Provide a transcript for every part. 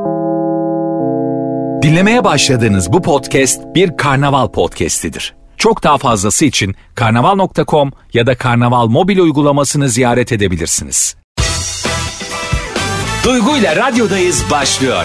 Dinlemeye başladığınız bu podcast bir Karnaval podcastidir. Çok daha fazlası için karnaval.com ya da Karnaval mobil uygulamasını ziyaret edebilirsiniz. Duygu ile radyodayız başlıyor.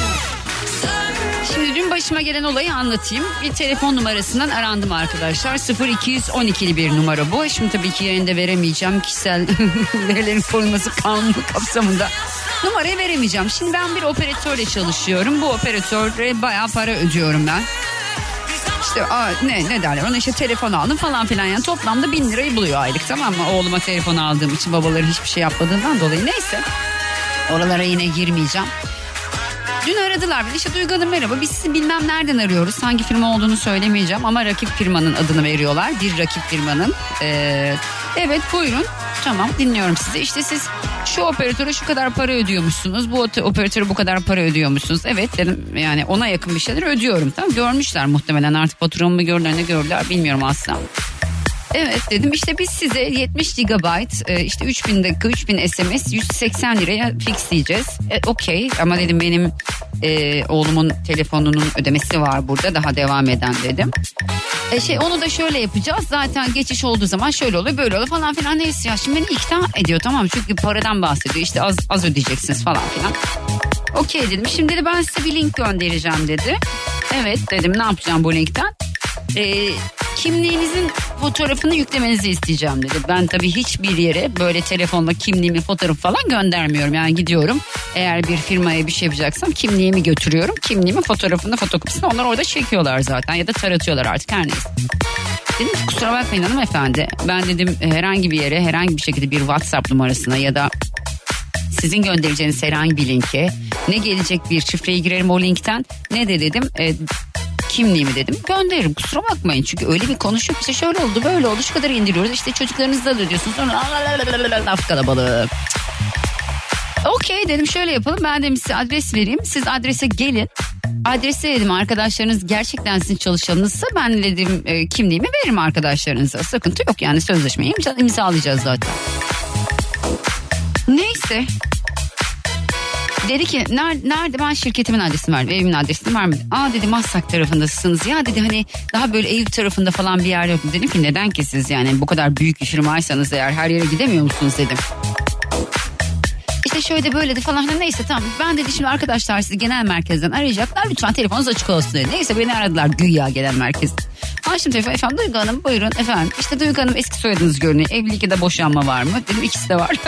Şimdi dün başıma gelen olayı anlatayım. Bir telefon numarasından arandım arkadaşlar. 0212'li bir numara bu. Şimdi tabii ki yayında veremeyeceğim. Kişisel verilerin korunması kanunu kapsamında numarayı veremeyeceğim. Şimdi ben bir operatörle çalışıyorum. Bu operatöre bayağı para ödüyorum ben. İşte ne derler ona, işte telefon aldım falan filan, yani toplamda 1000 lirayı buluyor aylık, tamam mı? Oğluma telefon aldığım için, babaları hiçbir şey yapmadığından dolayı, neyse. Oralara yine girmeyeceğim. Dün aradılar beni, işte Duygu Hanım merhaba, biz sizi bilmem nereden arıyoruz. Hangi firma olduğunu söylemeyeceğim ama rakip firmanın adını veriyorlar. Bir rakip firmanın. Evet buyurun, tamam dinliyorum sizi. İşte siz şu operatöre şu kadar para ödüyormuşsunuz, bu operatöre bu kadar para ödüyormuşsunuz. Evet dedim, yani ona yakın bir şeyler ödüyorum. Tamam, görmüşler muhtemelen, artık faturamı gördüler ne gördüler bilmiyorum asla. Evet dedim, işte biz size 70 GB işte 3000 dakika 3000 SMS 180 liraya fixleyeceğiz. Okey ama dedim benim oğlumun telefonunun ödemesi var burada daha devam eden dedim. Onu da şöyle yapacağız, zaten geçiş olduğu zaman şöyle oluyor böyle oluyor falan filan, neyse ya, şimdi beni ikna ediyor, tamam, çünkü paradan bahsediyor, işte az ödeyeceksiniz falan filan. Okey dedim, şimdi de ben size bir link göndereceğim dedi. Evet dedim, ne yapacağım bu linkten? Kimliğinizin fotoğrafını yüklemenizi isteyeceğim dedi. Ben tabii hiçbir yere böyle telefonla kimliğimin fotoğrafı falan göndermiyorum. Yani gidiyorum, eğer bir firmaya bir şey yapacaksam kimliğimi götürüyorum. Kimliğimin fotoğrafını, fotokopisini onlar orada çekiyorlar zaten ya da taratıyorlar artık, her neyse. Dedim ki kusura bakmayın hanımefendi, ben dedim herhangi bir yere herhangi bir şekilde bir WhatsApp numarasına ya da sizin göndereceğiniz herhangi bir linke ne gelecek bir şifreyi girerim o linkten, ne de dedim kimliğimi dedim gönderirim, kusura bakmayın. Çünkü öyle bir konuşuyor ki, işte şöyle oldu böyle oldu, şu kadar indiriyoruz, işte çocuklarınızı da ödüyorsunuz, sonra laf kalabalık. Okey dedim, şöyle yapalım, ben dedim size adres vereyim, siz adrese gelin. Adrese dedim arkadaşlarınız gerçekten sizin çalışanınızsa ben dedim kimliğimi veririm arkadaşlarınıza, sıkıntı yok yani, sözleşmeyi imzalayacağız zaten. Neyse. Dedi ki nerede, ben şirketimin adresini verdim, evimin adresini vermedim. Dedi Maslak tarafındasınız ya dedi, hani daha böyle Eyüp tarafında falan bir yer yok mu? Dedim ki neden ki siz yani bu kadar büyük bir firmaysanız eğer her yere gidemiyor musunuz dedim. İşte şöyle de böyle de falan, neyse tamam, ben dedi şimdi arkadaşlar sizi genel merkezden arayacaklar, lütfen telefonunuz açık olsun dedi. Neyse beni aradılar güya genel merkez. Açtım telefonu, efendim Duygu Hanım buyurun efendim, işte Duygu Hanım eski soyadınız görünüyor, evlilik ya da boşanma var mı? Dedim ikisi de var.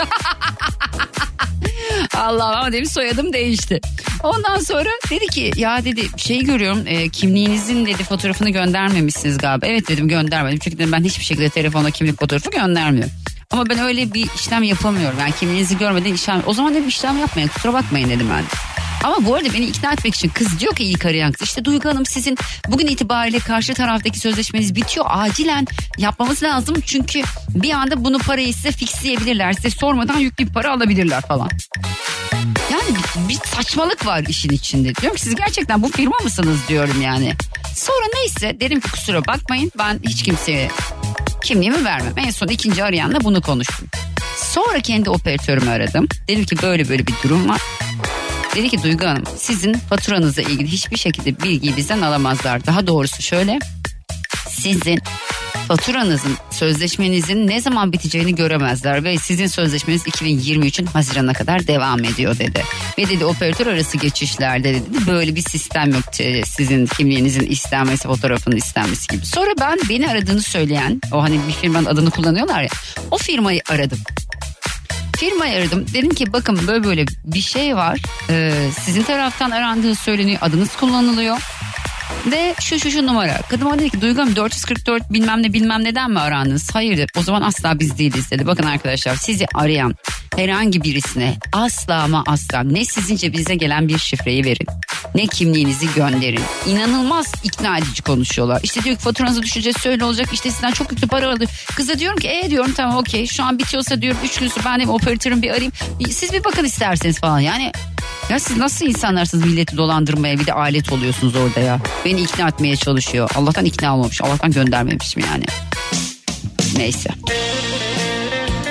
Allah ama demiş soyadım değişti. Ondan sonra dedi ki ya dedi şeyi görüyorum, kimliğinizin dedi fotoğrafını göndermemişsiniz galiba. Evet dedim göndermedim, çünkü dedim, ben hiçbir şekilde telefonda kimlik fotoğrafı göndermiyorum. Ama ben öyle bir işlem yapamıyorum, yani kimliğinizi görmeden işlem, o zaman dedim işlem yapmayın, kusura bakmayın dedim ben. Ama bu arada beni ikna etmek için kız diyor ki ilk arayan kız, işte Duygu Hanım sizin bugün itibariyle karşı taraftaki sözleşmeniz bitiyor, acilen yapmamız lazım, çünkü bir anda bunu parayı size fixleyebilirler, size sormadan yüklü bir para alabilirler falan. Yani bir saçmalık var işin içinde. Diyorum ki siz gerçekten bu firma mısınız diyorum yani. Sonra neyse dedim ki kusura bakmayın, ben hiç kimseye kimliğimi vermem. En son ikinci arayanla bunu konuştum. Sonra kendi operatörümü aradım. Dedim ki böyle böyle bir durum var. Dedi ki Duygu Hanım sizin faturanızla ilgili hiçbir şekilde bilgiyi bizden alamazlar. Daha doğrusu şöyle, sizin faturanızın, sözleşmenizin ne zaman biteceğini göremezler ve sizin sözleşmeniz 2023'ün Haziran'a kadar devam ediyor dedi. Ve dedi operatör arası geçişlerde dedi böyle bir sistem yok, sizin kimliğinizin istenmesi, fotoğrafının istenmesi gibi. Sonra ben beni aradığını söyleyen, o hani bir firmanın adını kullanıyorlar ya, o firmayı aradım. Firmayı aradım, dedim ki bakın böyle böyle bir şey var, sizin taraftan arandığı söyleniyor, adınız kullanılıyor. Ve şu numara. Kadın bana dedi ki Duygu Hanım 444 bilmem neden mi arandınız? Hayır dedi. O zaman asla biz değiliz dedi. Bakın arkadaşlar sizi arayan herhangi birisine asla ama asla ne sizin cebinize gelen bir şifreyi verin, ne kimliğinizi gönderin. İnanılmaz ikna edici konuşuyorlar. İşte diyor ki faturanızı düşeceğiz, şöyle olacak, işte sizden çok yüklü para alır. Kıza diyorum ki diyorum tamam okey, şu an bitiyorsa diyorum 3 gün sonra ben de operatörüm bir arayayım. Siz bir bakın isterseniz falan yani. Ya siz nasıl insanlarsınız, milleti dolandırmaya bir de alet oluyorsunuz orada ya. Beni ikna etmeye çalışıyor. Allah'tan ikna olmamış. Allah'tan göndermemişim yani. Neyse.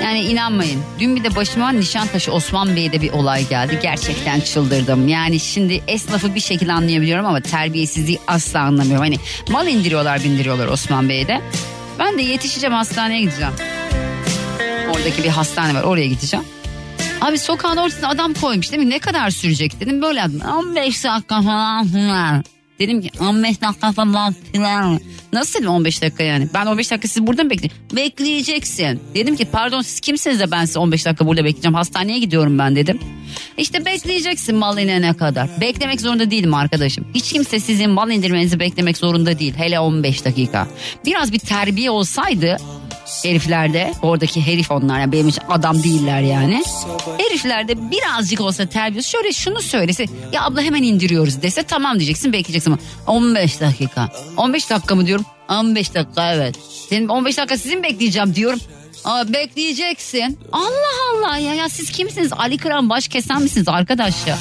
Yani inanmayın. Dün bir de başıma Nişantaşı Osman Bey'de bir olay geldi. Gerçekten çıldırdım. Yani şimdi esnafı bir şekilde anlayabiliyorum ama terbiyesizliği asla anlamıyorum. Hani mal indiriyorlar bindiriyorlar Osman Bey'de. Ben de yetişeceğim, hastaneye gideceğim. Oradaki bir hastane var, oraya gideceğim. Abi sokağın ortasına adam koymuş, değil mi? Ne kadar sürecek dedim. Böyle adım 15 dakika falan. Dedim ki 15 dakika falan. Nasıl dedim 15 dakika yani? Ben 15 dakika sizi burada mı bekleyeyim? Bekleyeceksin. Dedim ki pardon siz kimsiniz de ben size 15 dakika burada bekleyeceğim. Hastaneye gidiyorum ben dedim. İşte bekleyeceksin mal inene kadar. Beklemek zorunda değilim arkadaşım. Hiç kimse sizin mal indirmenizi beklemek zorunda değil. Hele 15 dakika. Biraz bir terbiye olsaydı heriflerde, oradaki herif onlar yani benim için adam değiller yani. Heriflerde birazcık olsa terbiyesi, şöyle şunu söylese, ya abla hemen indiriyoruz dese tamam diyeceksin, bekleyeceksin ama 15 dakika. 15 dakika mı diyorum? 15 dakika evet. Senin 15 dakika sizin bekleyeceğim diyorum. Aa, bekleyeceksin. Allah Allah ya siz kimsiniz? Ali Kıran baş kesen misiniz arkadaş ya?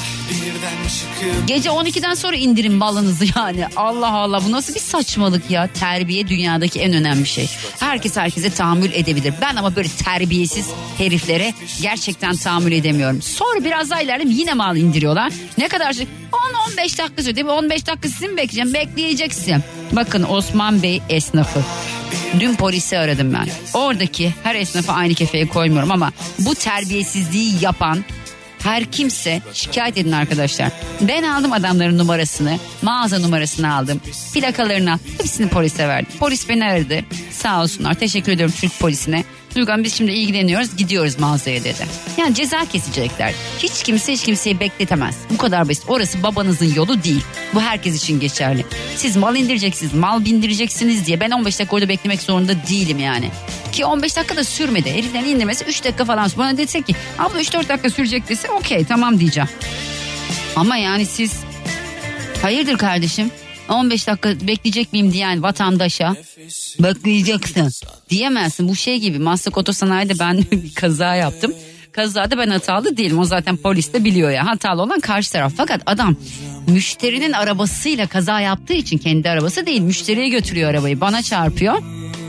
Gece 12'den sonra indirin balınızı yani. Allah Allah, bu nasıl bir saçmalık ya? Terbiye dünyadaki en önemli şey. Herkes herkese tahammül edebilir. Ben ama böyle terbiyesiz heriflere gerçekten tahammül edemiyorum. Sonra biraz daha ilerledim, yine mal indiriyorlar. Ne kadar şey? 10-15 dakika sürdü. 15 dakika sizin mi bekleyeceğim? Bekleyeceksin. Bakın Osman Bey esnafı. Dün polisi aradım ben. Oradaki her esnafı aynı kefeye koymuyorum ama bu terbiyesizliği yapan her kimse şikayet edin arkadaşlar. Ben aldım adamların numarasını, mağaza numarasını aldım, plakalarını, hepsini polise verdim. Polis beni aradı, sağ olsunlar, teşekkür ediyorum Türk polisine. Duygan biz şimdi ilgileniyoruz, gidiyoruz mağazaya dedi. Yani ceza kesecekler. Hiç kimse hiç kimseyi bekletemez. Bu kadar basit. Orası babanızın yolu değil. Bu herkes için geçerli. Siz mal indireceksiniz, mal bindireceksiniz diye ben 15 dakika orada beklemek zorunda değilim yani. Ki 15 dakika da sürmedi. Heriflerin indirmesi 3 dakika falan. Bana dese ki abla 3-4 dakika sürecek dese okey tamam diyeceğim. Ama yani siz hayırdır kardeşim? 15 dakika bekleyecek miyim diyen vatandaşa bekleyeceksin diyemezsin. Bu şey gibi, Maslak Otosanayi'de ben bir kaza yaptım. Kazada ben hatalı değilim. O zaten polis de biliyor ya. Hatalı olan karşı taraf. Fakat adam müşterinin arabasıyla kaza yaptığı için, kendi arabası değil, müşteriye götürüyor arabayı. Bana çarpıyor.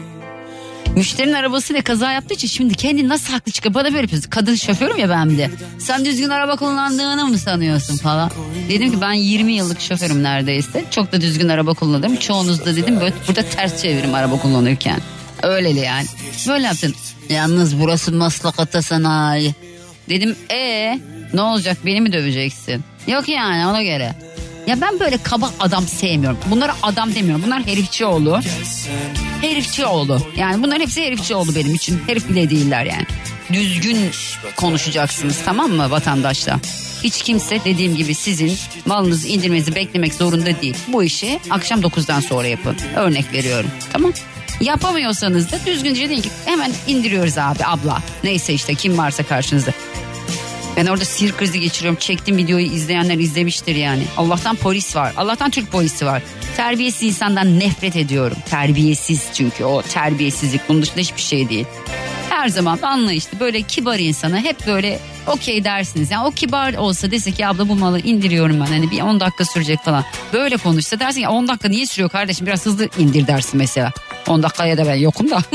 Müşterinin arabasıyla kaza yaptığı için şimdi kendi nasıl haklı çıkıyor? Bana böyle yapıyorsun. Kadın şoförüm ya ben bir de. Sen düzgün araba kullandığını mı sanıyorsun falan. Dedim ki ben 20 yıllık şoförüm neredeyse. Çok da düzgün araba kullanırım. Çoğunuz da dedim böyle burada ters çeviririm araba kullanırken. Öyleli yani. Böyle yaptın. Yalnız burası Maslak Otosanayi. Dedim ne olacak, beni mi döveceksin? Yok yani ona göre. Ya ben böyle kaba adam sevmiyorum. Bunlara adam demiyorum. Bunlar herifçioğlu. Herifçioğlu. Yani bunların hepsi herifçioğlu benim için. Herif bile değiller yani. Düzgün konuşacaksınız, tamam mı vatandaşla? Hiç kimse dediğim gibi sizin malınızı indirmenizi beklemek zorunda değil. Bu işi akşam 9'dan sonra yapın. Örnek veriyorum. Tamam. Yapamıyorsanız da düzgünce deyin ki hemen indiriyoruz abi, abla. Neyse işte kim varsa karşınızda. Ben orada sinir krizi geçiriyorum. Çektiğim videoyu izleyenler izlemiştir yani. Allah'tan polis var. Allah'tan Türk polisi var. Terbiyesiz insandan nefret ediyorum. Terbiyesiz, çünkü o terbiyesizlik. Bunun dışında hiçbir şey değil. Her zaman anlayışlı, böyle kibar insana hep böyle okey dersiniz. Yani o kibar olsa, dese ki abla bu malı indiriyorum ben. Hani bir 10 dakika sürecek falan. Böyle konuşsa dersin ya 10 dakika niye sürüyor kardeşim, biraz hızlı indir dersin mesela. 10 dakikaya da ben yokum da.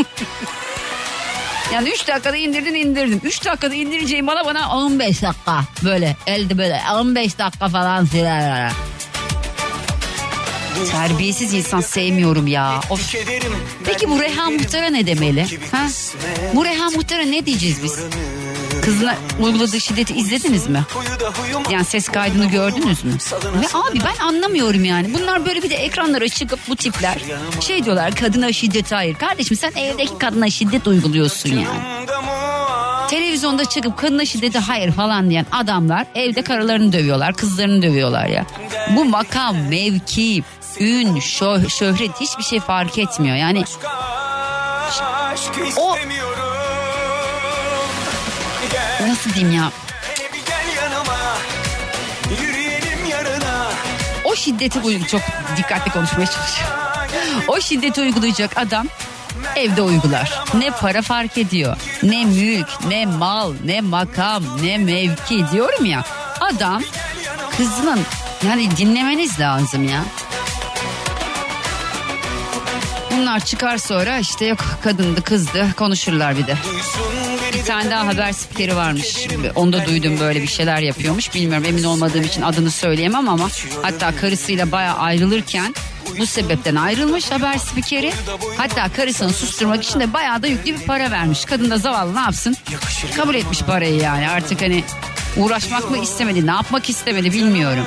Yani 3 dakikada indirdim. 3 dakikada indireceğim bana 15 dakika. Böyle elde böyle 15 dakika falan sürer. Terbiyesiz insan sevmiyorum ya. Of. Peki bu Reha Muhtar'a ne demeli? Ha? Bu Reha Muhtar'a ne diyeceğiz biz? Kızına uyguladığı şiddeti izlediniz mi? Yani ses kaydını gördünüz mü? Ve abi ben anlamıyorum yani. Bunlar böyle bir de ekranlara çıkıp bu tipler şey diyorlar, kadına şiddet hayır. Kardeşim sen evdeki kadına şiddet uyguluyorsun yani. Televizyonda çıkıp kadına şiddete hayır falan diyen adamlar evde karılarını dövüyorlar, kızlarını dövüyorlar ya. Bu makam, mevki, ün, şöhret hiçbir şey fark etmiyor. Yani o nasıl diyeyim ya? O şiddeti çok dikkatli konuşmaya çalışıyorum. O şiddeti uygulayacak adam evde uygular. Ne para fark ediyor, ne mülk, ne mal, ne makam, ne mevki diyorum ya. Adam kızının, yani dinlemeniz lazım ya. Bunlar çıkar sonra işte yok kadındı kızdı konuşurlar bir de. Bir tane daha haber spikeri varmış. Onu da duydum, böyle bir şeyler yapıyormuş. Bilmiyorum, emin olmadığım için adını söyleyemem ama hatta karısıyla bayağı ayrılırken bu sebepten ayrılmış haber spikeri. Hatta karısını susturmak için de bayağı da yüklü bir para vermiş. Kadın da zavallı ne yapsın? Kabul etmiş parayı yani. Artık hani uğraşmak mı istemedi, ne yapmak istemedi bilmiyorum.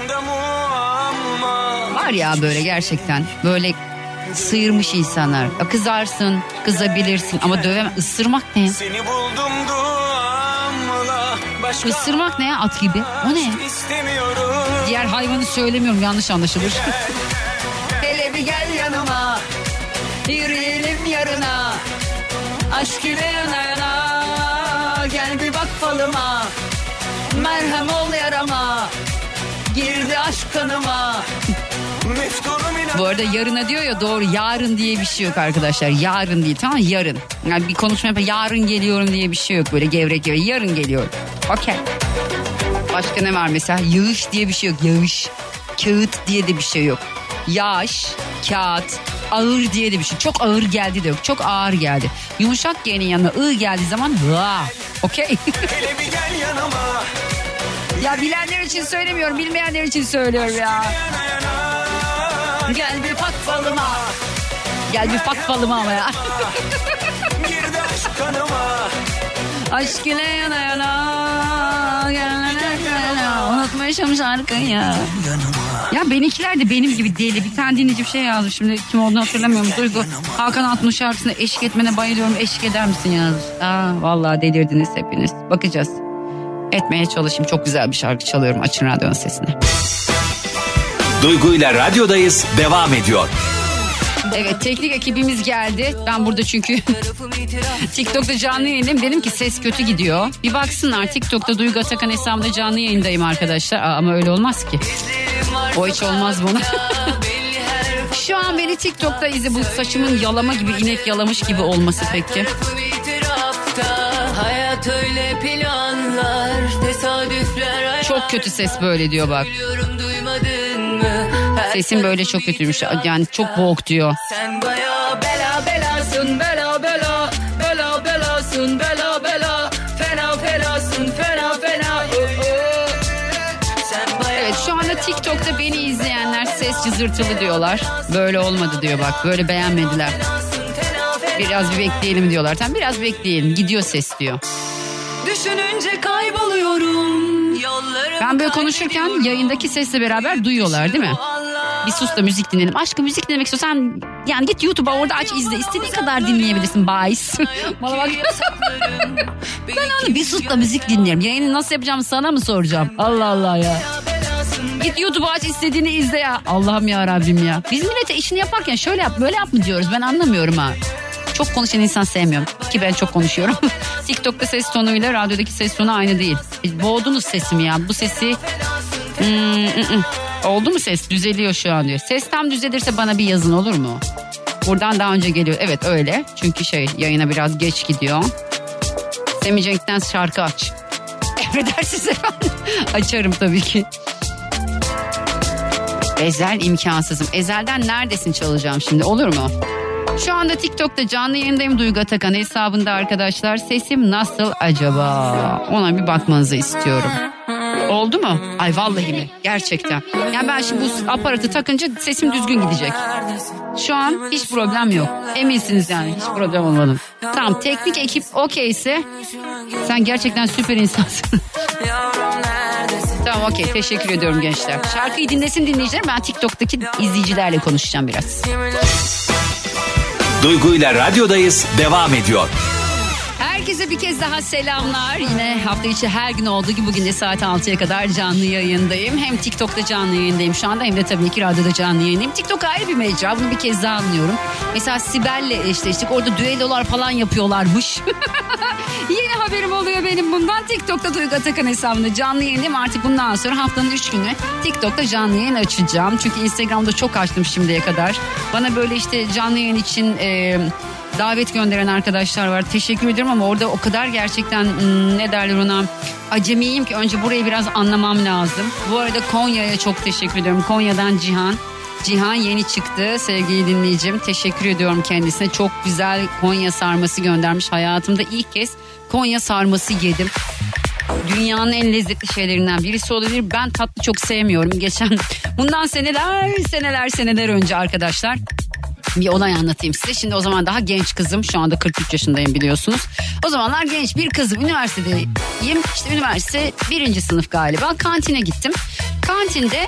Var ya böyle gerçekten böyle sıyırmış insanlar. Ya kızarsın, kızabilirsin ama dövemem. Isırmak ne ya? Isırmak ne ya, at gibi? O ne ya? Diğer hayvanı söylemiyorum, yanlış anlaşılır. Hele bir gel yanıma, yürüyelim yarına. Aşk ile yana yana, gel bir bak falıma. Merhem ol yarama, girdi aşk kanıma. Bu arada yarına diyor ya, doğru, yarın diye bir şey yok arkadaşlar. Yarın değil, tamam, yarın. Yani bir konuşma yapar, yarın geliyorum diye bir şey yok, böyle gevrek gevrek. Yarın geliyorum. Okey. Başka ne var mesela? Yağış diye bir şey yok. Yağış. Kağıt diye de bir şey yok. Yağış, kağıt, ağır diye de bir şey. Çok ağır geldi de yok. Çok ağır geldi. Yumuşak G'nin yanına ı geldiği zaman okey. Ya bilenler için söylemiyorum, bilmeyenler için söylüyorum ya. Gel bir bak falıma. Gel bir bak falıma ama ya. Aşk ile yana yana, unutmuşum şarkıyı. Ya benimkiler de benim gibi deli. Bir tane dinleyici bir şey yazmış. Şimdi kim olduğunu hatırlamıyorum. Duygu, Hakan Altun şarkısına eşlik etmene bayılıyorum. Eşlik eder misin yazmış. Vallahi delirdiniz hepiniz. Bakacağız. Etmeye çalışayım. Çok güzel bir şarkı çalıyorum. Açın radyonun sesini. Duygu ile radyodayız devam ediyor. Evet, teknik ekibimiz geldi. Ben burada çünkü TikTok'ta canlı yayındayım. Dedim ki ses kötü gidiyor. Bir baksınlar, TikTok'ta Duygu Atakan hesabımda canlı yayındayım arkadaşlar. Ama öyle olmaz ki. O hiç olmaz bana. Şu an beni TikTok'ta izle, bu saçımın yalama gibi, inek yalamış gibi olması peki. Hayat öyle planlar, tesadüfler. Çok kötü ses böyle diyor bak. Sesim böyle çok kötüymüş. Yani çok boğuk diyor. Sen baya bela belasın, bela bela, bela belasın, bela bela, fena felasın, fena fena. Evet, şu anda TikTok'ta beni izleyenler ses cızırtılı diyorlar. Böyle olmadı diyor bak. Böyle beğenmediler. Biraz bir bekleyelim diyorlar. Tamam, biraz bekleyelim. Gidiyor ses diyor. Düşününce kayboluyorum. Ben böyle konuşurken yayındaki sesle beraber duyuyorlar değil mi? Bir sus da müzik dinleyelim. Aşkım, müzik dinlemek istiyorsan yani git YouTube'a, orada aç izle. İstediğin kadar dinleyebilirsin. Bahis. Bana bak. Ben onu bir sus da müzik dinlerim. Yayını nasıl yapacağımı sana mı soracağım? Allah Allah ya. Git YouTube'a aç, istediğini izle ya. Allah'ım ya Rabbim ya. Biz millete işini yaparken şöyle yap böyle yap mı diyoruz, ben anlamıyorum ha. Çok konuşan insan sevmiyorum ki ben çok konuşuyorum. TikTok'ta ses tonuyla radyodaki ses tonu aynı değil. Boğdunuz sesimi ya, bu sesi. Oldu mu ses? Düzeliyor şu an diyor. Ses tam düzelirse bana bir yazın, olur mu? Buradan daha önce geliyor. Evet öyle. Çünkü yayına biraz geç gidiyor. Semih Cenk'ten şarkı aç. Emredersiniz efendim. Açarım tabii ki. Ezel imkansızım. Ezel'den neredesin çalacağım şimdi, olur mu? Şu anda TikTok'ta canlı yayındayım Duygu Atakan hesabında arkadaşlar. Sesim nasıl acaba? Ona bir bakmanızı istiyorum. Oldu mu? Ay vallahi mi? Gerçekten. Yani ben şimdi bu aparatı takınca sesim düzgün gidecek. Şu an hiç problem yok. Eminsiniz yani, hiç problem olmadı. Tamam, teknik ekip okeyse sen gerçekten süper insansın. Tamam, okey, teşekkür ediyorum gençler. Şarkıyı dinlesin dinleyiciler, ben TikTok'taki izleyicilerle konuşacağım biraz. Duygu ile radyodayız devam ediyor. Herkese bir kez daha selamlar. Yine hafta içi her gün olduğu gibi bugün de saat 6'ya kadar canlı yayındayım. Hem TikTok'ta canlı yayındayım şu anda, hem de tabii ki radyoda canlı yayındayım. TikTok ayrı bir mecra, bunu bir kez daha anlıyorum. Mesela Sibel'le eşleştik, orada düellolar falan yapıyorlarmış. Yeni haberim oluyor benim bundan. TikTok'ta Duygu Atakan hesabında canlı yayındayım. Artık bundan sonra haftanın 3 günü TikTok'ta canlı yayın açacağım. Çünkü Instagram'da çok açtım şimdiye kadar. Bana böyle canlı yayın için davet gönderen arkadaşlar var. Teşekkür ediyorum ama orada o kadar gerçekten ne derler ona, acemiyim ki önce burayı biraz anlamam lazım. Bu arada Konya'ya çok teşekkür ediyorum. Konya'dan Cihan. Cihan yeni çıktı sevgili dinleyicim. Teşekkür ediyorum kendisine. Çok güzel Konya sarması göndermiş. Hayatımda ilk kez Konya sarması yedim. Dünyanın en lezzetli şeylerinden birisi olabilir. Ben tatlı çok sevmiyorum. Bundan seneler önce arkadaşlar bir olay anlatayım size. Şimdi o zaman daha genç kızım. Şu anda 43 yaşındayım biliyorsunuz. O zamanlar genç bir kızım. Üniversitedeyim. İşte üniversite 1. sınıf galiba. Kantine gittim. Kantinde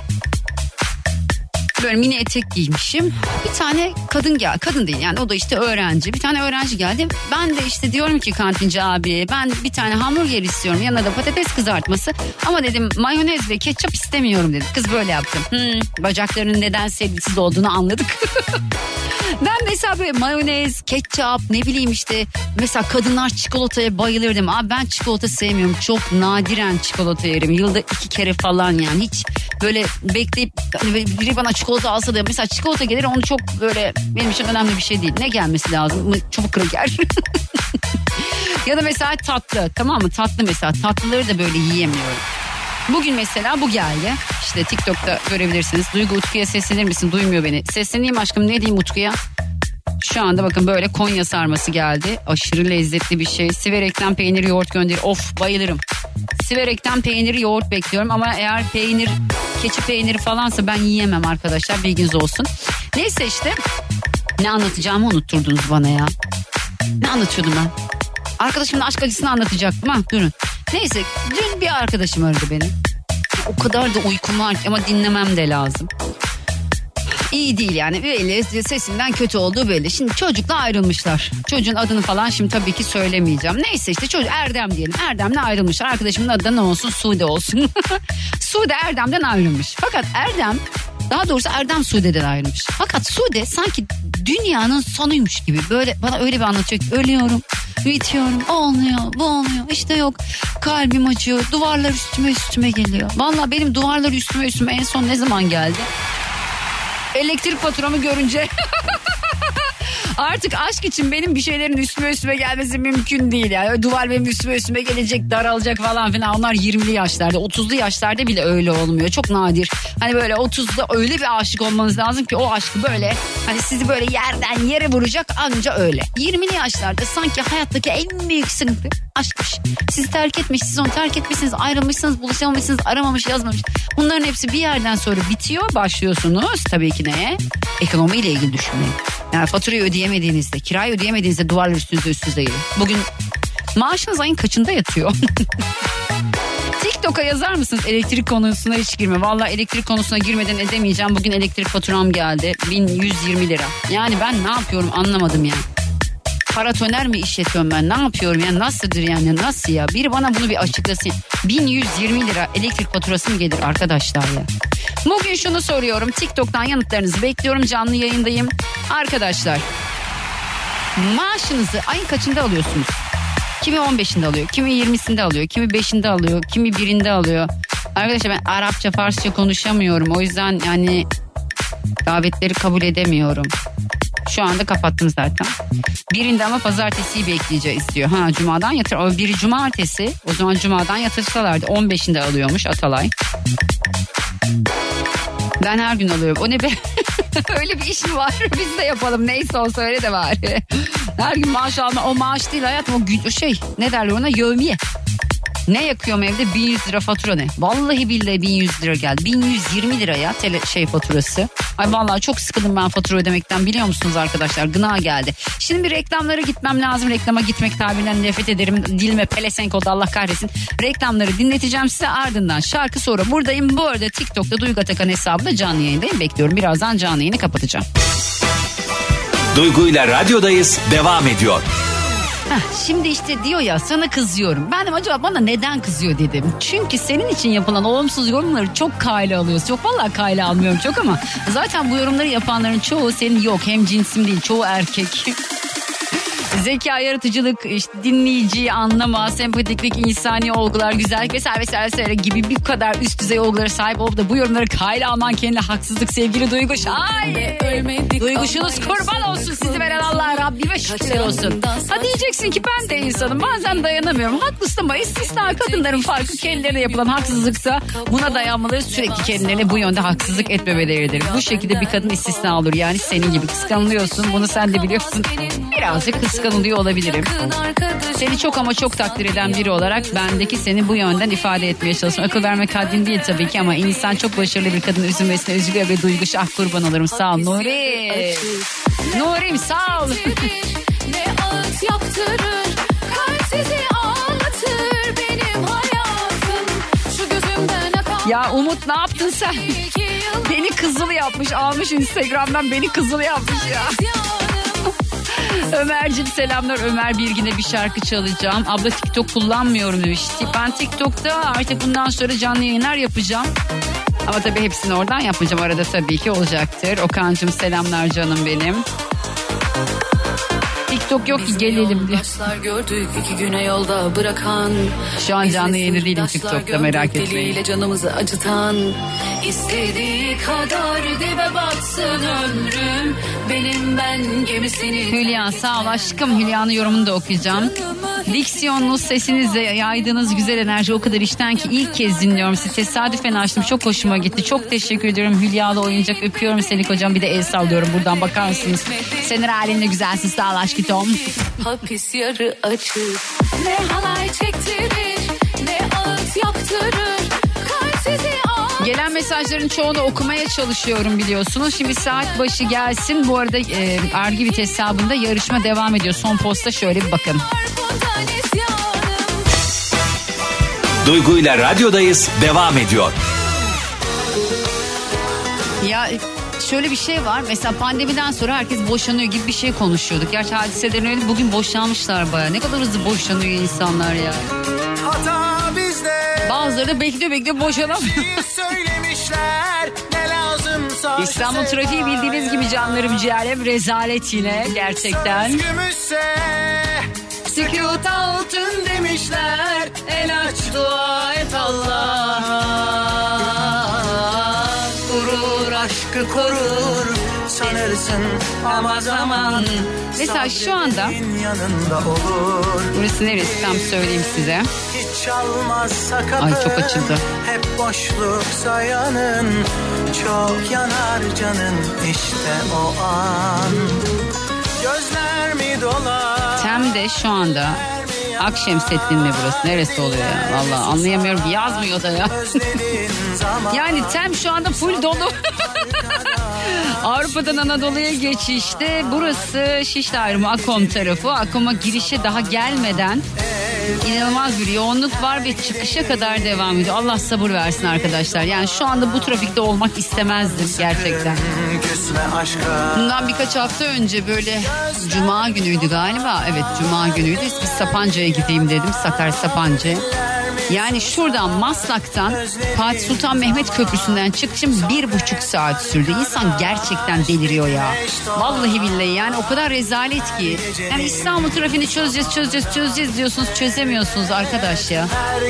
böyle mini etek giymişim. Bir tane kadın geldi. Kadın değil yani, o da işte öğrenci. Bir tane öğrenci geldi. Ben de işte diyorum ki kantinci abi, ben bir tane hamburger istiyorum. Yanına da patates kızartması. Ama dedim mayonez ve ketçap istemiyorum dedim. Kız böyle yaptı. Bacaklarının neden sevgisiz olduğunu anladık. Ben mesela böyle mayonez, ketçap, ne bileyim işte mesela kadınlar çikolataya bayılırdım. Abi ben çikolata sevmiyorum. Çok nadiren çikolata yerim. Yılda 2 kere falan yani. Hiç böyle bekleyip hani biri bana çikolata alsa da mesela çikolata gelir, onu çok böyle benim için önemli bir şey değil. Ne gelmesi lazım? Çubuk kraker. Ya da mesela tatlı, tamam mı? Tatlı mesela. Tatlıları da böyle yiyemiyorum. Bugün mesela bu geldi. İşte TikTok'ta görebilirsiniz. Duygu, Utku'ya seslenir misin? Duymuyor beni. Sesleneyim aşkım, ne diyeyim Utku'ya? Şu anda bakın böyle Konya sarması geldi. Aşırı lezzetli bir şey. Siverek'ten peynir yoğurt gönder. Of, bayılırım. Siverek'ten peyniri yoğurt bekliyorum. Ama eğer peynir, keçi peyniri falansa ben yiyemem arkadaşlar. Bilginiz olsun. Neyse işte. Ne anlatacağımı unutturdunuz bana ya. Ne anlatıyordum ben? Arkadaşımın aşk acısını anlatacaktım ha. Durun. Neyse, dün bir arkadaşım aradı beni. O kadar da uykum var ki ama dinlemem de lazım. İyi değil yani, belli, sesinden kötü olduğu belli. Şimdi çocukla ayrılmışlar. Çocuğun adını falan şimdi tabii ki söylemeyeceğim. Neyse işte çocuk Erdem diyelim. Erdem'le ayrılmışlar. Arkadaşımın adı da ne olsun? Sude olsun. Sude Erdem'den ayrılmış. Fakat Erdem Sude'den ayrılmış. Fakat Sude sanki dünyanın sonuymuş gibi böyle bana öyle bir anlatıyor ki ölüyorum, bitiyorum, olmuyor, bu olmuyor, işte yok, kalbim acıyor, duvarlar üstüme geliyor. Vallahi benim duvarlar üstüme en son ne zaman geldi? Elektrik faturamı görünce. Artık aşk için benim bir şeylerin üstüme gelmesi mümkün değil yani. Duvar benim üstüme gelecek, daralacak falan filan. Onlar 20'li yaşlarda, 30'lu yaşlarda bile öyle olmuyor. Çok nadir. Hani böyle 30'da öyle bir aşık olmanız lazım ki o aşkı böyle hani sizi böyle yerden yere vuracak, anca öyle. 20'li yaşlarda sanki hayattaki en büyük sıkıntı aşkmış. Sizi terk etmiş, siz onu terk etmişsiniz, ayrılmışsınız, buluşamamışsınız, aramamış, yazmamış. Bunların hepsi bir yerden sonra bitiyor. Başlıyorsunuz tabii ki neye? Ekonomiyle ilgili düşünmeyin. Yani faturayı ödeyemediğinizde, kirayı ödeyemediğinizde duvarlar üstünüze gelir. Bugün maaşınız ayın kaçında yatıyor? TikTok'a yazar mısınız elektrik konusuna hiç girme. Vallahi elektrik konusuna girmeden edemeyeceğim. Bugün elektrik faturam geldi. 1120 lira. Yani ben ne yapıyorum anlamadım yani. Paratoner mi işletiyorum ben? Ne yapıyorum yani? Nasıldır yani? Nasıl ya? Biri bana bunu bir açıklasın. 1120 lira elektrik faturası mı gelir arkadaşlar ya? Bugün şunu soruyorum. TikTok'tan yanıtlarınızı bekliyorum. Canlı yayındayım. Arkadaşlar, maaşınızı ayın kaçında alıyorsunuz? Kimi 15'inde alıyor, kimi 20'sinde alıyor, kimi 5'inde alıyor, kimi 1'inde alıyor. Arkadaşlar ben Arapça, Farsça konuşamıyorum. O yüzden yani davetleri kabul edemiyorum. Şu anda kapattım zaten. Birinde ama pazartesiyi bekleyeceğiz diyor. Cumadan yatır. O biri cumartesi. O zaman cumadan yatırsalardı. 15'inde alıyormuş Atalay. Ben her gün alıyorum. O ne be? Öyle bir iş mi var? Biz de yapalım. Neyse olsa öyle de var. Her gün maaş alma. O maaş değil hayatım. O şey, ne derler ona? Yevmiye. Ne yakıyorum evde? 1100 lira fatura ne? Vallahi billahi 1100 lira geldi. 1120 lira ya faturası. Ay vallahi çok sıkıldım ben fatura ödemekten, biliyor musunuz arkadaşlar? Gına geldi. Şimdi bir reklamlara gitmem lazım. Reklama gitmek tabirinden nefret ederim. Dilime pelesenk oldu, Allah kahretsin. Reklamları dinleteceğim size, ardından şarkı sonra buradayım. Bu arada TikTok'ta Duygu Atakan hesabında canlı yayındayım. Bekliyorum. Birazdan canlı yayını kapatacağım. Duyguyla radyodayız devam ediyor. Şimdi işte diyor ya, sana kızıyorum. Ben de acaba bana neden kızıyor dedim. Çünkü senin için yapılan olumsuz yorumları çok kayla alıyorsun. Çok vallahi kayla almıyorum çok ama zaten bu yorumları yapanların çoğu senin yok. Hem cinsim değil, çoğu erkek. Zeka, yaratıcılık, işte dinleyiciyi anlama, sempatiklik, insani olgular, güzellik vesaire gibi bir kadar üst düzey olgulara sahip olup da bu yorumları kayla alman kendine haksızlık sevgili Duyguş. Ay, Duyguşunuz kurban olsun, sizi veren Allah'a, Rabbime şükürler olsun. Ha diyeceksin ki ben de insanım, bazen dayanamıyorum. Haklısın ama istisna kadınların farkı kendilerine yapılan haksızlıksa buna dayanmaları, sürekli kendilerine bu yönde haksızlık etmemeleridir. Bu şekilde bir kadın istisna olur, yani senin gibi kıskanılıyorsun, bunu sen de biliyorsun. Birazcık kıskanıyorsun. kıskanılıyor olabilirim. Seni çok ama çok takdir eden biri olarak bendeki seni bu yönden ifade etmeye çalışıyorum. Akıl vermek haddim değil tabii ki ama insan çok başarılı bir kadın üzülmesine üzülüyor ve duyguş kurban olurum. Sağ ol Nuri. Nuri'm sağ ol. Ne ağıt yaptırır, kalp sizi ağlatır benim hayatım. Şu gözümden akan... Ya Umut ne yaptın sen? Beni kızıl yapmış, almış Instagram'dan beni kızıl yapmış ya. Ömer'cim selamlar. Ömer Birgin'e bir şarkı çalacağım. Abla TikTok kullanmıyorum demişti. Ben TikTok'ta artık bundan sonra canlı yayınlar yapacağım. Ama tabii hepsini oradan yapmayacağım. Arada tabii ki olacaktır. Okan'cım selamlar canım benim. TikTok yok ki gelelim diye. Gördük 2 güne yolda bırakan. Şu an canlı yayını değilim TikTok'ta, merak etmeyin. Canımızı acıtan. İstediği kadar dibe batsın ömrüm. Benim ben gemisinin. Hülya sağ ol aşkım. Hülya'nın yorumunu da okuyacağım. Diksiyonlu sesinizle yaydığınız güzel enerji o kadar içten ki ilk kez dinliyorum sizi. Tesadüfen açtım. Çok hoşuma gitti. Çok teşekkür ediyorum. Hülya'lı oyuncak öpüyorum seni kocam. Bir de el sallıyorum buradan bakar mısınız? Senin halinle güzelsin. Sağ ol aşkım. Hapis yarı açık. Ne halay çektirir, ne ağıt yaptırır. Kalp sizi gelen mesajların çoğunu okumaya çalışıyorum biliyorsunuz. Şimdi saat başı gelsin. Bu arada Argivit hesabında yarışma devam ediyor. Son posta şöyle bir bakın. Duygu ile radyodayız devam ediyor. Ya şöyle bir şey var. Mesela pandemiden sonra herkes boşanıyor gibi bir şey konuşuyorduk. Gerçi hadiseden öyle bugün boşanmışlar baya. Ne kadar hızlı boşanıyor insanlar ya. Hata bizde. Bazıları da bekliyor boşanamıyor. İstanbul trafiği bildiğiniz gibi canlarım ciğerim rezalet yine gerçekten. Sükût altın demişler. El aç dua et Allah. Gurur aşkı korur sanırsın ama zaman. Mesela şu anda yanında olur. burası neresi tam söyleyeyim size. Hiç çalmazsa kapı. Ay çok açıldı. Hep boşluksa yanın. Çok yanar canın işte o an. Gözler mi dolar? Tem'de şu anda Akşemseddin mi burası? Neresi oluyor ya? Vallahi anlayamıyorum. Yazmıyor da ya. Yani Tem şu anda full dolu. Avrupa'dan Anadolu'ya geçişte burası Şişli ayrımı Akom tarafı. Akom'a girişe daha gelmeden inanılmaz bir yoğunluk var ve çıkışa kadar devam ediyor. Allah sabır versin arkadaşlar. Yani şu anda bu trafikte olmak istemezdim gerçekten. Bundan birkaç hafta önce böyle Cuma günüydü galiba. Evet Cuma günüydü. Biz Sapanca'ya gideyim dedim. Sakar Sapanca. Yani şuradan Maslak'tan Fatih Sultan Mehmet Köprüsü'nden çıkışım 1,5 saat sürdü. İnsan gerçekten deliriyor ya. Vallahi billahi yani o kadar rezalet ki. Yani İstanbul trafiğini çözeceğiz diyorsunuz, çözemiyorsunuz arkadaş ya.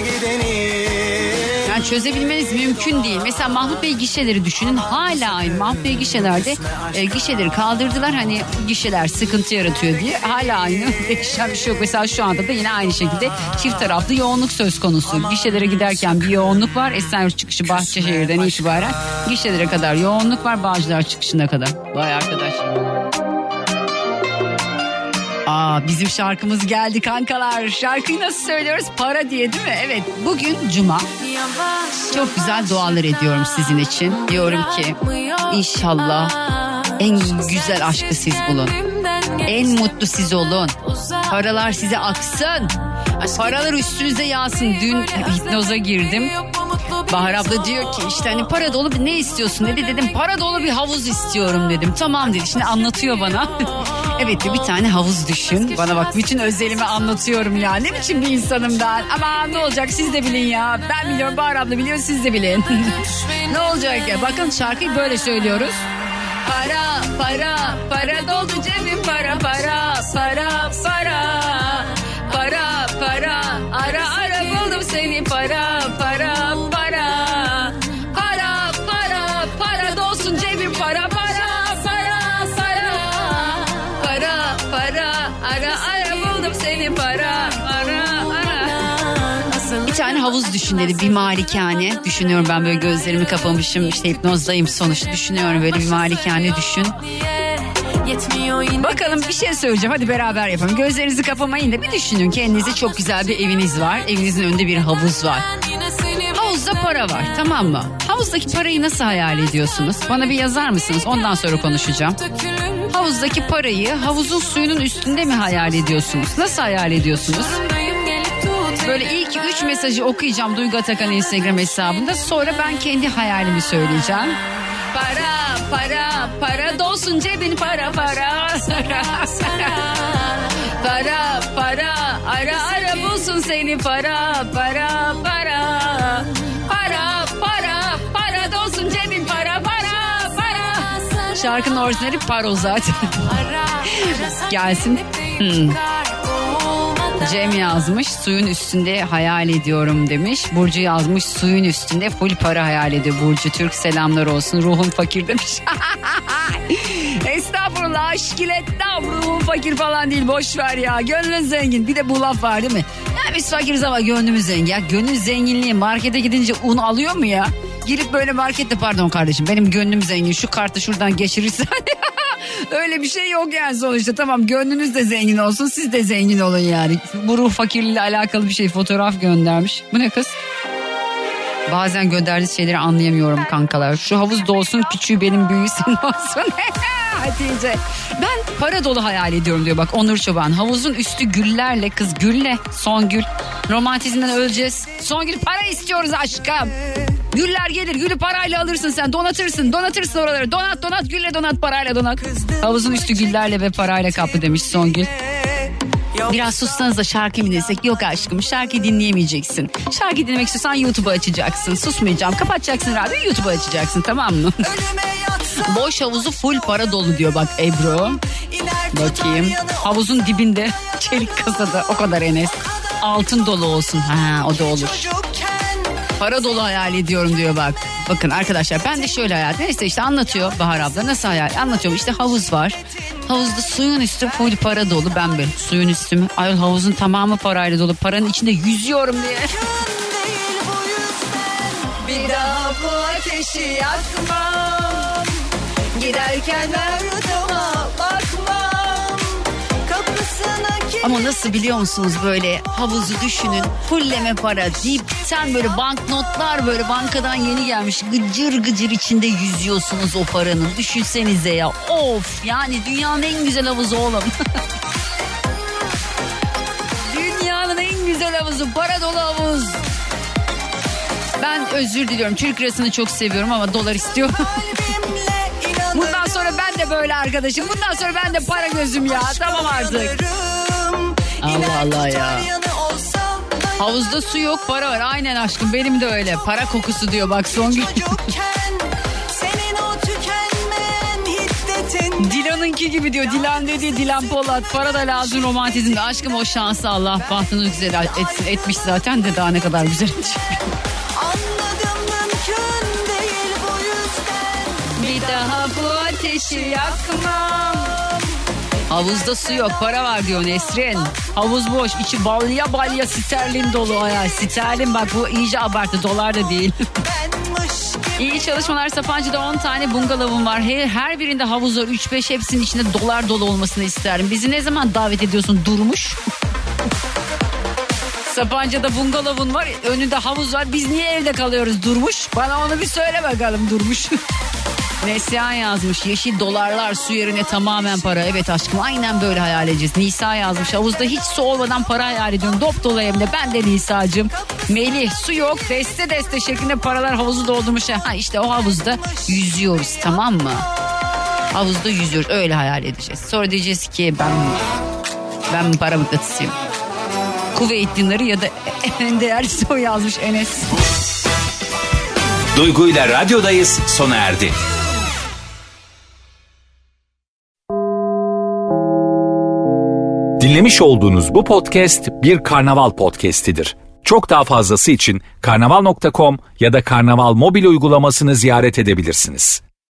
Yani çözebilmeniz mümkün değil. Mesela Mahmut Bey gişeleri düşünün. Hala aynı Mahmut Bey gişelerde gişeleri kaldırdılar. Hani gişeler sıkıntı yaratıyor diye. Hala aynı. Değişen bir şey yok. Mesela şu anda da yine aynı şekilde çift taraflı yoğunluk söz konusu. Gişelere giderken bir yoğunluk var. Esenyurt çıkışı Bahçeşehir'den itibaren gişelere kadar yoğunluk var. Bağcılar çıkışına kadar. Vay arkadaş. Bizim şarkımız geldi kankalar. Şarkıyı nasıl söylüyoruz? Para diye değil mi? Evet bugün Cuma. Çok güzel dualar ediyorum sizin için. Diyorum ki inşallah en güzel aşkı siz bulun. En mutlu siz olun. Paralar size aksın. Paralar üstünüze yağsın. Dün hipnoza girdim. Bahar abla diyor ki işte hani para dolu bir ne istiyorsun dedi. Dedim para dolu bir havuz istiyorum dedim. Tamam dedi. Şimdi anlatıyor bana. Evet bir tane havuz düşün. Bana bak bütün özelimi anlatıyorum ya. Ne biçim bir insanım ben. Ama ne olacak siz de bilin ya. Ben biliyorum Bahar abla biliyor siz de bilin. Ne olacak ya. Bakın şarkıyı böyle söylüyoruz. Para para para doldu cebim para para para para. Para para ara ara buldum seni para para para. Para para para dolsun cebim para para para para. Para para ara ara buldum seni para para para. Bir tane havuz düşün dedi, bir malikane. Düşünüyorum ben böyle gözlerimi kapamışım işte hipnozdayım sonuçta, düşünüyorum böyle bir malikane düşün. Bakalım bir şey söyleyeceğim, hadi beraber yapalım. Gözlerinizi kapamayın da bir düşünün, kendinize çok güzel bir eviniz var. Evinizin önünde bir havuz var. Havuzda para var, tamam mı? Havuzdaki parayı nasıl hayal ediyorsunuz? Bana bir yazar mısınız? Ondan sonra konuşacağım. Havuzdaki parayı havuzun suyunun üstünde mi hayal ediyorsunuz? Nasıl hayal ediyorsunuz? Böyle ilk 3 mesajı okuyacağım Duygu Atakan Instagram hesabında. Sonra ben kendi hayalimi söyleyeceğim. Para, para, para dolsun cebin, para, para. Para, para, ara ara bulsun seni, para, para, para. Para, para, para dolsun cebin, para, para, para. Şarkının orijinali Paro zaten. Gelsin. Cem yazmış, suyun üstünde hayal ediyorum demiş. Burcu yazmış, suyun üstünde full para hayal ediyor. Burcu Türk, selamlar olsun, ruhum fakir demiş. Estağfurullah, aşkilettam, ruhum fakir falan değil, boş ver ya, gönlün zengin. Bir de bu laf var değil mi? Ya biz fakiriz ama gönlümüz zengin. Ya gönül zenginliği markete gidince un alıyor mu ya? Girip böyle markette, pardon kardeşim benim gönlüm zengin, şu kartı şuradan geçirirsen. Öyle bir şey yok yani sonuçta. Tamam, gönlünüz de zengin olsun, siz de zengin olun yani. Bu ruh fakirliğiyle alakalı bir şey, fotoğraf göndermiş. Bu ne kız? Bazen gönderdiğiniz şeyleri anlayamıyorum kankalar. Şu havuz dolsun, küçüğü benim, büyüğü senin olsun. Hatice. Ben para dolu hayal ediyorum diyor bak Onur Çoban. Havuzun üstü güllerle, kız gülle, son gül. Romantizmden öleceğiz. Son gül, para istiyoruz aşkım. Güller gelir, gülü parayla alırsın sen, donatırsın oraları. Donat, gülle donat, parayla donat. Havuzun üstü güllerle ve parayla kaplı demiş Songül. Biraz sussanız da şarkı mı desek? Yok aşkım, şarkı dinleyemeyeceksin. Şarkı dinlemek istiyorsan YouTube'u açacaksın. Susmayacağım, kapatacaksın radyoyu, YouTube'u açacaksın, tamam mı? Boş havuzu full para dolu diyor bak Ebru. Bakayım. Havuzun dibinde çelik kasada, o kadar Enes. Altın dolu olsun. Ha, o da olur. Para dolu hayal ediyorum diyor bak. Bakın arkadaşlar, ben de şöyle hayal. Neyse işte anlatıyor Bahar abla, nasıl hayal anlatıyor. İşte havuz var. Havuzda suyun üstü full para dolu. Ben böyle suyun üstü mü? Ay, havuzun tamamı parayla dolu. Paranın içinde yüzüyorum diye. Bir daha bu ateşi yakmam. Giderken ardıma bakmam. Kapısına ama nasıl biliyor musunuz, böyle havuzu düşünün, fulleme para, dipten böyle banknotlar, böyle bankadan yeni gelmiş, gıcır gıcır içinde yüzüyorsunuz o paranın. Düşünsenize ya, of, yani dünyanın en güzel havuzu oğlum. Dünyanın en güzel havuzu, para dolu havuz. Ben özür diliyorum, Türk lirasını çok seviyorum ama dolar istiyorum. Bundan sonra ben de böyle arkadaşım, bundan sonra ben de para gözüm ya, tamam artık. Allah Allah ya. Havuzda su yok, para var. Aynen aşkım, benim de öyle. Para kokusu diyor bak Songül. Dilan'ınki gibi diyor. Dilan dediği Dilan Polat. Para da lazım romantizmde. Aşkım o şansı Allah bahtını güzel etmiş zaten de, daha ne kadar güzel edecek. Bir daha bu ateşi yakmam. Havuzda su yok, para var diyor Nesrin. Havuz boş, içi balya balya sterlin dolu. Ya sterlin bak, bu iyice abartı, dolar da değil. İyi çalışmalar. Sapancı'da 10 tane bungalovum var. Her birinde havuz var, 3-5, hepsinin içinde dolar dolu olmasını isterim. Bizi ne zaman davet ediyorsun Durmuş? Sapancı'da bungalovun var, önünde havuz var. Biz niye evde kalıyoruz Durmuş? Bana onu bir söyle bakalım Durmuş. Neslihan yazmış, yeşil dolarlar, su yerine tamamen para. Evet aşkım, aynen böyle hayal edeceğiz. Nisa yazmış, havuzda hiç su olmadan para hayal ediyorum. Dop dolu evde. Ben de Nisa'cığım. Melih, su yok, deste deste şeklinde paralar havuzu doldurmuş. Ha işte o havuzda yüzüyoruz, tamam mı? Havuzda yüzüyoruz, öyle hayal edeceğiz. Sonra diyeceğiz ki ben para mıknatısıyım. Kuveyt dinarı ya da en değerlisi o yazmış Enes. Duygu ile radyodayız sona erdi. Dinlemiş olduğunuz bu podcast bir Karnaval podcastidir. Çok daha fazlası için karnaval.com ya da Karnaval mobil uygulamasını ziyaret edebilirsiniz.